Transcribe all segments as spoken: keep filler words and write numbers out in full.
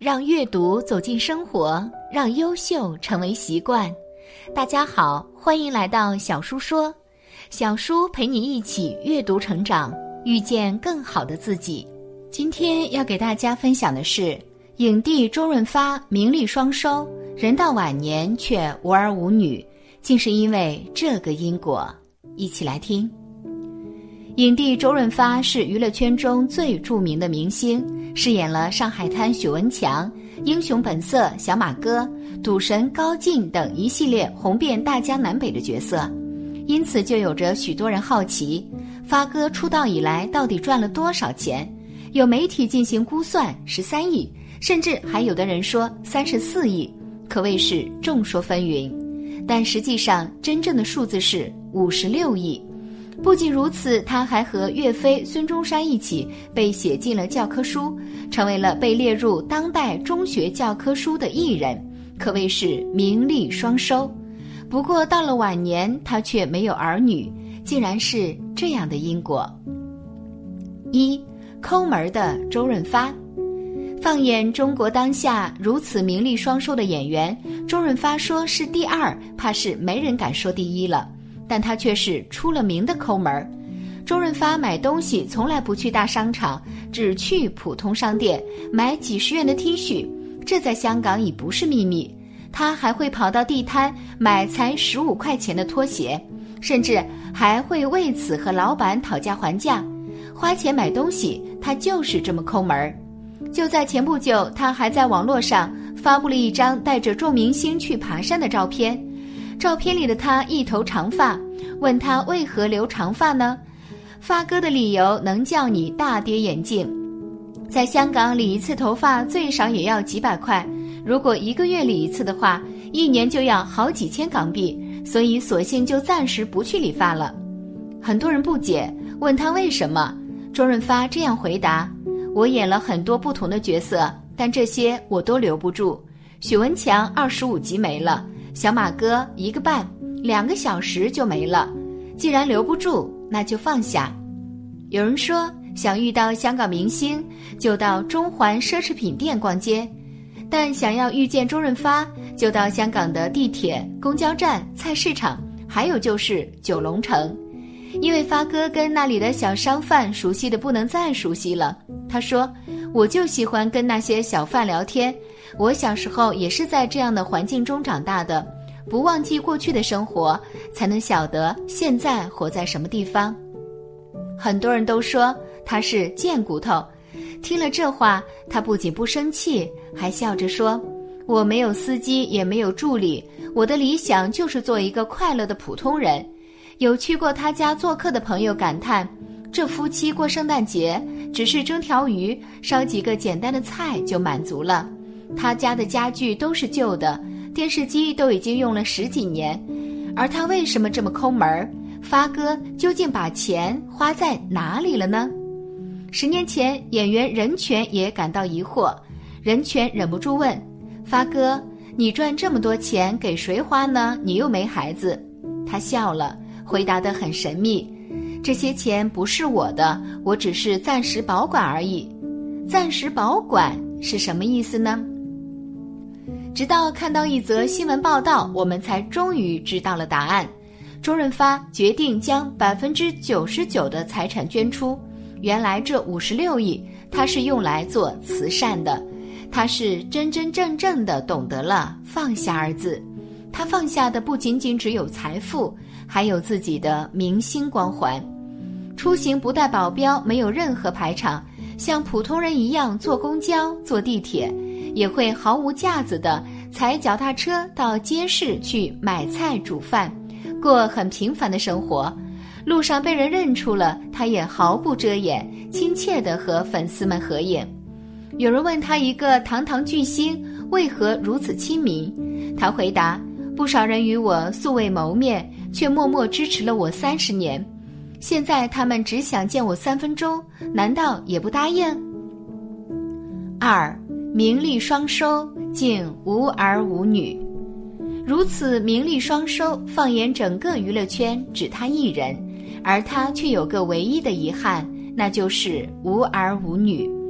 让阅读走进生活，让优秀成为习惯。大家好，欢迎来到小叔说，小叔陪你一起阅读成长，遇见更好的自己。今天要给大家分享的是，影帝周润发名利双收，人到晚年却无儿无女，竟是因为这个因果。一起来听。影帝周润发是娱乐圈中最著名的明星，饰演了上海滩许文强、英雄本色小马哥、赌神高进等一系列红遍大江南北的角色，因此就有着许多人好奇，发哥出道以来到底赚了多少钱？有媒体进行估算十三亿，甚至还有的人说三十四亿，可谓是众说纷纭。但实际上真正的数字是五十六亿。不仅如此，他还和岳飞、孙中山一起被写进了教科书，成为了被列入当代中学教科书的艺人，可谓是名利双收。不过到了晚年，他却没有儿女，竟然是这样的因果。一、抠门的周润发。放眼中国当下如此名利双收的演员，周润发说是第二，怕是没人敢说第一了。但他却是出了名的抠门。周润发买东西从来不去大商场，只去普通商店买几十元的 T 恤，这在香港已不是秘密。他还会跑到地摊买才十五块钱的拖鞋，甚至还会为此和老板讨价还价。花钱买东西，他就是这么抠门。就在前不久，他还在网络上发布了一张带着众明星去爬山的照片。照片里的他一头长发，问他为何留长发呢？发哥的理由能叫你大跌眼镜。在香港理一次头发最少也要几百块，如果一个月理一次的话，一年就要好几千港币，所以索性就暂时不去理发了。很多人不解，问他为什么，周润发这样回答：我演了很多不同的角色，但这些我都留不住。许文强二十五集没了，小马哥一个半两个小时就没了，既然留不住，那就放下。有人说，想遇到香港明星就到中环奢侈品店逛街，但想要遇见周润发就到香港的地铁、公交站、菜市场，还有就是九龙城。因为发哥跟那里的小商贩熟悉的不能再熟悉了，他说，我就喜欢跟那些小贩聊天，我小时候也是在这样的环境中长大的，不忘记过去的生活，才能晓得现在活在什么地方。很多人都说他是贱骨头，听了这话，他不仅不生气，还笑着说，我没有司机也没有助理，我的理想就是做一个快乐的普通人。有去过他家做客的朋友感叹，这夫妻过圣诞节只是蒸条鱼，烧几个简单的菜就满足了。他家的家具都是旧的，电视机都已经用了十几年，而他为什么这么抠门？发哥究竟把钱花在哪里了呢？十年前，演员任泉也感到疑惑，任泉忍不住问，发哥，你赚这么多钱给谁花呢？你又没孩子。他笑了，回答得很神秘，这些钱不是我的，我只是暂时保管而已。暂时保管是什么意思呢？直到看到一则新闻报道，我们才终于知道了答案。周润发决定将百分之九十九的财产捐出，原来这五十六亿他是用来做慈善的，他是真真正正的懂得了放下二字。他放下的不仅仅只有财富，还有自己的明星光环。出行不带保镖，没有任何排场，像普通人一样坐公交、坐地铁，也会毫无架子的踩脚踏车到街市去买菜煮饭，过很平凡的生活。路上被人认出了，他也毫不遮掩，亲切地和粉丝们合影。有人问他，一个堂堂巨星为何如此亲民？他回答，不少人与我素未谋面，却默默支持了我三十年，现在他们只想见我三分钟，难道也不答应？二、名利双收，竟无儿无女。如此名利双收，放眼整个娱乐圈，只他一人，而他却有个唯一的遗憾，那就是无儿无女。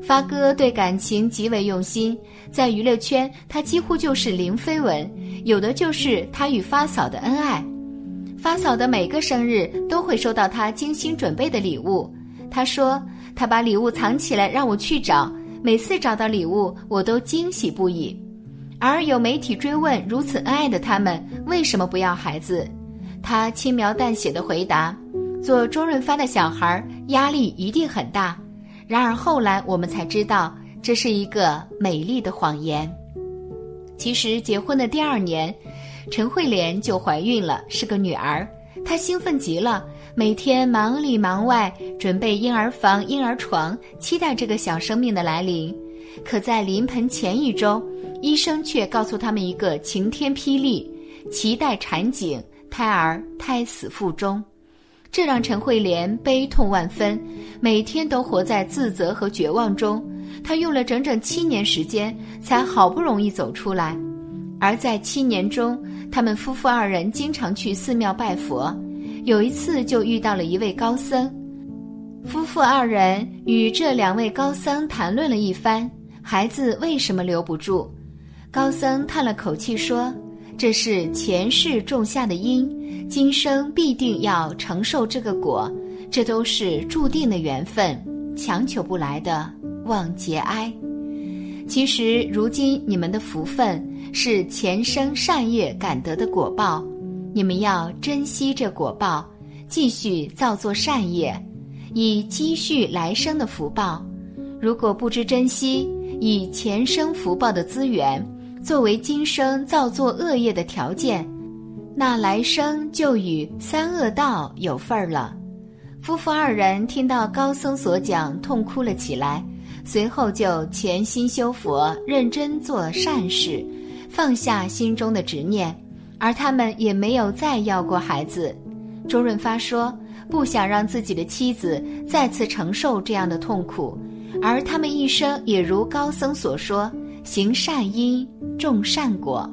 发哥对感情极为用心，在娱乐圈他几乎就是零绯闻，有的就是他与发嫂的恩爱。发嫂的每个生日都会收到他精心准备的礼物，他说他把礼物藏起来让我去找，每次找到礼物我都惊喜不已。而有媒体追问如此恩爱的他们为什么不要孩子，他轻描淡写地回答，做周润发的小孩压力一定很大。然而后来我们才知道，这是一个美丽的谎言。其实结婚的第二年，陈慧莲就怀孕了，是个女儿。她兴奋极了，每天忙里忙外，准备婴儿房、婴儿床，期待这个小生命的来临。可在临盆前一周，医生却告诉他们一个晴天霹雳：脐带缠紧，胎儿胎死腹中。这让陈慧莲悲痛万分，每天都活在自责和绝望中。她用了整整七年时间，才好不容易走出来。而在七年中，他们夫妇二人经常去寺庙拜佛，有一次就遇到了一位高僧。夫妇二人与这两位高僧谈论了一番，孩子为什么留不住？高僧叹了口气说，这是前世种下的因，今生必定要承受这个果，这都是注定的缘分，强求不来的，望节哀。其实如今你们的福分是前生善业感得的果报，你们要珍惜这果报，继续造作善业，以积蓄来生的福报。如果不知珍惜，以前生福报的资源作为今生造作恶业的条件，那来生就与三恶道有份儿了。夫妇二人听到高僧所讲，痛哭了起来，随后就潜心修佛，认真做善事，放下心中的执念，而他们也没有再要过孩子。周润发说，不想让自己的妻子再次承受这样的痛苦，而他们一生也如高僧所说，行善因，种善果。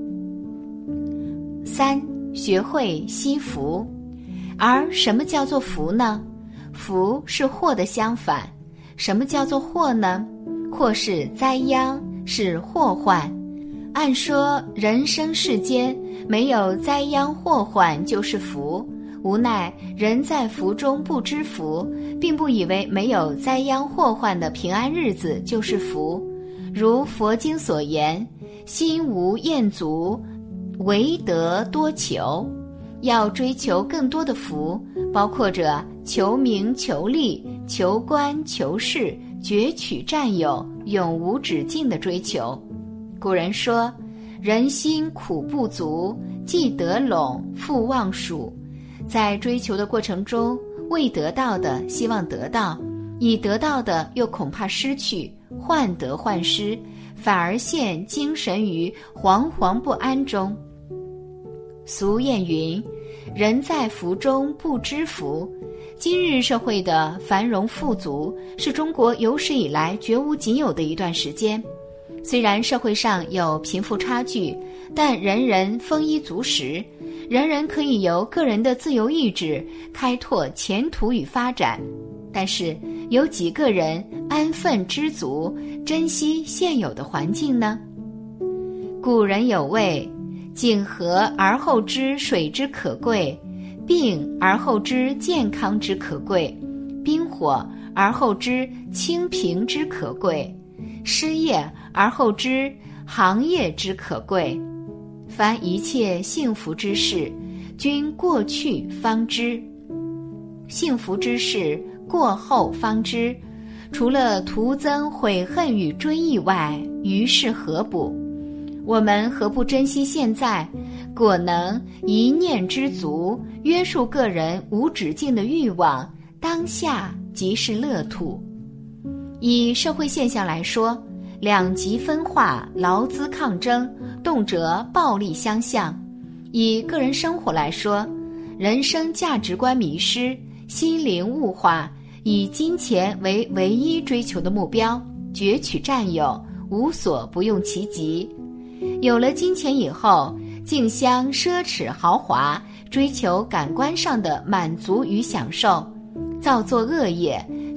三，学会惜福。而什么叫做福呢？福是祸的相反。什么叫做祸呢？祸是灾殃，是祸患。按说人生世间没有灾殃祸患就是福，无奈人在福中不知福，并不以为没有灾殃祸患的平安日子就是福。如佛经所言，心无厌足，唯得多求。要追求更多的福，包括着求名求利、求官求势、攫取占有，永无止境的追求。古人说，人心苦不足，既得陇，复忘蜀。在追求的过程中，未得到的希望得到，已得到的又恐怕失去，患得患失，反而陷精神于惶惶不安中。俗谚云，人在福中不知福。今日社会的繁荣富足是中国有史以来绝无仅有的一段时间。虽然社会上有贫富差距，但人人丰衣足食，人人可以由个人的自由意志开拓前途与发展。但是有几个人安分知足，珍惜现有的环境呢？古人有谓，井河而后知水之可贵，病而后知健康之可贵，冰火而后知清平之可贵，失业而后知行业之可贵。凡一切幸福之事，均过去方知。幸福之事，过后方知。除了徒增悔恨与追忆外，于事何补？我们何不珍惜现在，果能一念知足，约束个人无止境的欲望，当下即是乐土。以社会现象来说，两极分化，劳资抗争，动辄暴力相向。以个人生活来说，人生价值观迷失，心灵物化，以金钱为唯一追求的目标，攫取占有，无所不用其极。有了金钱以后，竞相奢侈豪华，追求感官上的满足与享受，造作恶业，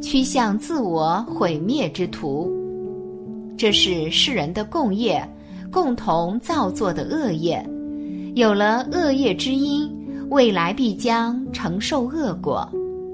趋向自我毁灭之途。这是世人的共业，共同造作的恶业。有了恶业之因，未来必将承受恶果。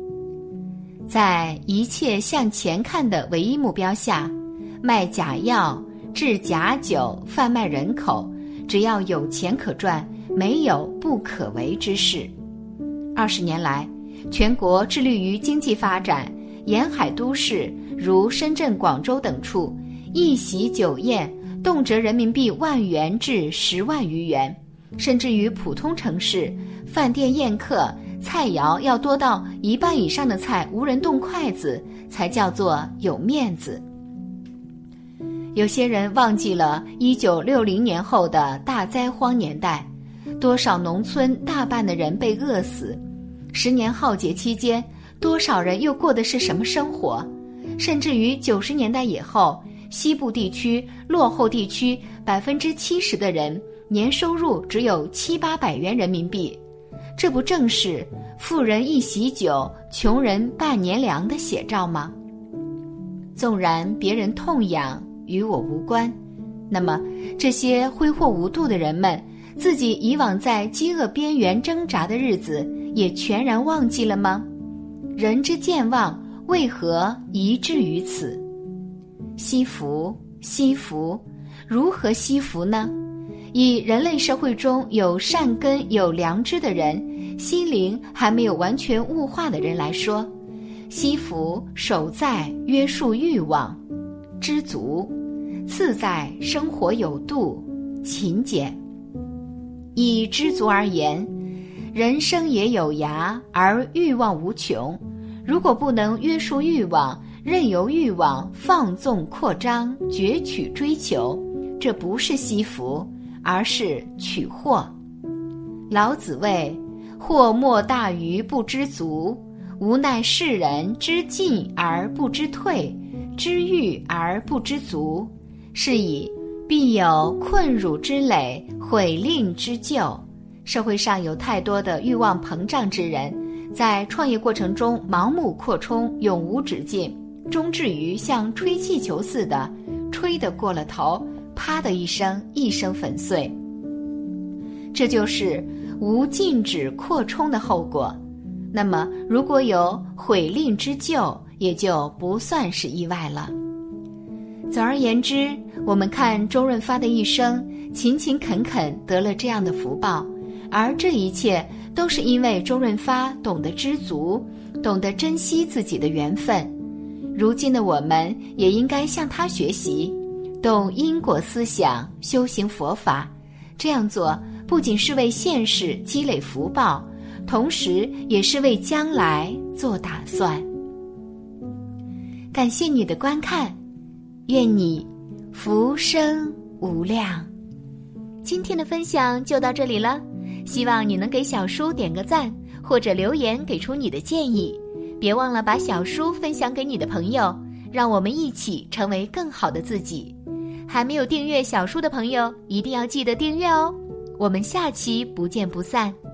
在一切向前看的唯一目标下，卖假药、制假酒、贩卖人口，只要有钱可赚，没有不可为之事。二十年来，全国致力于经济发展，沿海都市如深圳、广州等处，一席酒宴动辄人民币万元至十万余元，甚至于普通城市饭店宴客，菜肴要多到一半以上的菜无人动筷子，才叫做有面子。有些人忘记了一九六零年后的大灾荒年代，多少农村大半的人被饿死，十年浩劫期间，多少人又过的是什么生活？甚至于九十年代以后，西部地区、落后地区百分之七十的人年收入只有七八百元人民币，这不正是富人一席酒，穷人半年粮的写照吗？纵然别人痛痒，与我无关，那么这些挥霍无度的人们，自己以往在饥饿边缘挣扎的日子，也全然忘记了吗？人之健忘，为何宜至于此？惜福，惜福，如何惜福呢？以人类社会中有善根、有良知的人，心灵还没有完全悟化的人来说，惜福首在约束欲望，知足；次在生活有度，勤俭。以知足而言，人生也有涯，而欲望无穷。如果不能约束欲望，任由欲望放纵扩张，攫取追求，这不是惜福，而是取祸。老子谓：祸莫大于不知足，无奈世人知进而不知退，知欲而不知足，是以必有困辱之累，毁令之咎。社会上有太多的欲望膨胀之人，在创业过程中盲目扩充，永无止境，终至于像吹气球似的，吹得过了头，啪的一声，一声粉碎。这就是无禁止扩充的后果。那么如果有毁令之咎，也就不算是意外了。总而言之，我们看周润发的一生，勤勤恳恳得了这样的福报，而这一切都是因为周润发懂得知足，懂得珍惜自己的缘分。如今的我们也应该向他学习，懂因果思想，修行佛法。这样做不仅是为现世积累福报，同时也是为将来做打算。感谢你的观看，愿你福生无量。今天的分享就到这里了，希望你能给小叔点个赞，或者留言给出你的建议。别忘了把小叔分享给你的朋友，让我们一起成为更好的自己。还没有订阅小叔的朋友，一定要记得订阅哦。我们下期不见不散。